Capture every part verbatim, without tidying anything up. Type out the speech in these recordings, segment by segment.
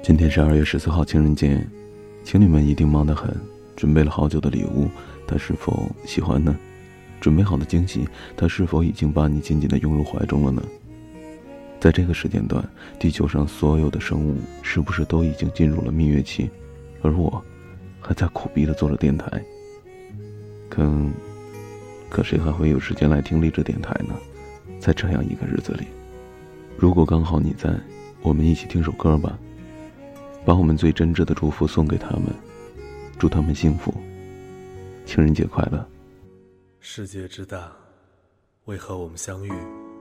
今天是二月十四号情人节，情侣们一定忙得很，准备了好久的礼物，他是否喜欢呢？准备好的惊喜，他是否已经把你紧紧地拥入怀中了呢？在这个时间段，地球上所有的生物是不是都已经进入了蜜月期，而我还在苦逼地做着电台？可可谁还会有时间来听励志电台呢？在这样一个日子里，如果刚好你在，我们一起听首歌吧，把我们最真挚的祝福送给他们，祝他们幸福，情人节快乐。 世界之大，为何我们相遇？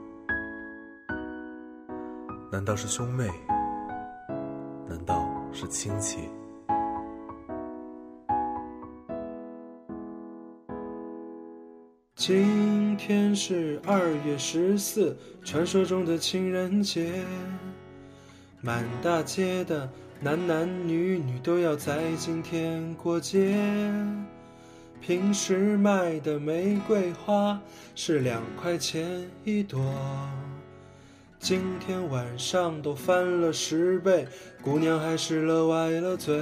难道是兄妹？难道是亲戚？ 今天是二月十四，传说中的情人节，满大街的男男女女都要在今天过节。平时卖的玫瑰花是两块钱一朵，今天晚上都翻了十倍，姑娘还是乐歪了嘴。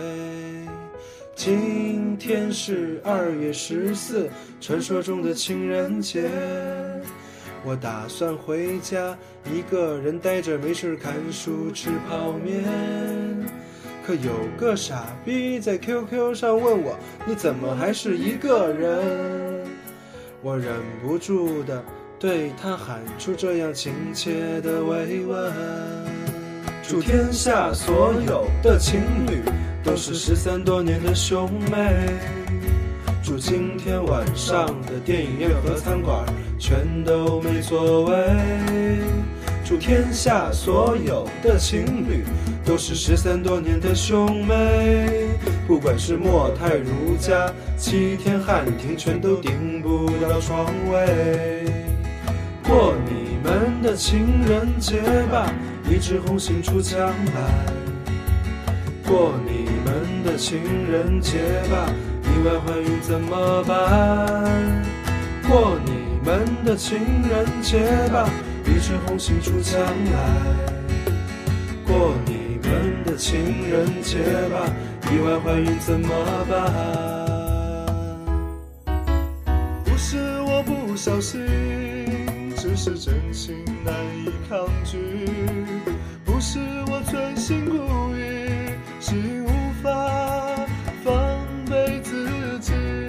今天是二月十四，传说中的情人节，我打算回家一个人呆着没事看书吃泡面，可有个傻逼在 Q Q 上问我，你怎么还是一个人？我忍不住的对他喊出这样亲切的慰问。祝天下所有的情侣都是失散多年的兄妹，祝今天晚上的电影院和餐馆全都没座位，祝天下所有的情侣都是失散多年的兄妹，不管是莫泰如家、七天汉庭，全都订不到床位。过你们的情人节吧，一枝红杏出墙来。过你们的情人节吧，意外怀孕怎么办？过你们的情人节吧，一枝红杏出墙来。过你们的情人节吧，意外怀孕怎么办？不是我不小心，只是真情难以抗拒，不是我存心故意，是无法防备自己。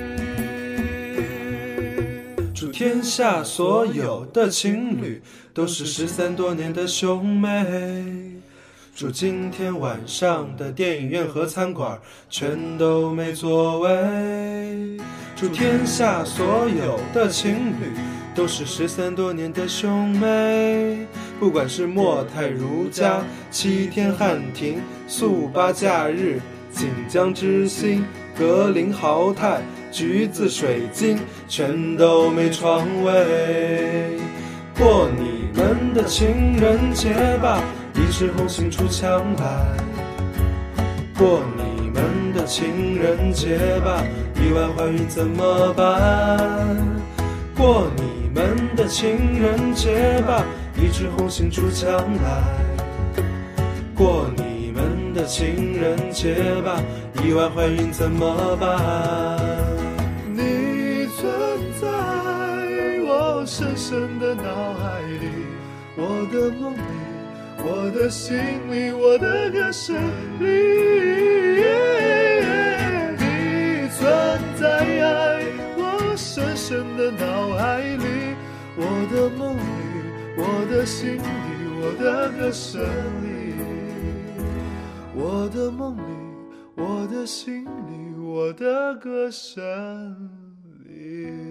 祝天下所有的情侣都是失散多年的兄妹，祝今天晚上的电影院和餐馆全都没座位，祝天下所有的情侣都是失散多年的兄妹，不管是莫泰如家、七天汉庭、速八假日、锦江之星、格林豪泰、橘子水晶，全都没床位。过你们的情人节吧，一枝红杏出墙来。过你们的情人节吧，意外怀孕怎么办？过你们的情人节吧，一枝红杏出墙来。过你们的情人节吧，意外怀孕怎么办？你存在我深深的脑海里，我的梦里，我的心里，我的歌声里，你存在我深深的脑海里，我的梦里，我的心里，我的歌声里，我的梦里，我的心里，我的歌声里。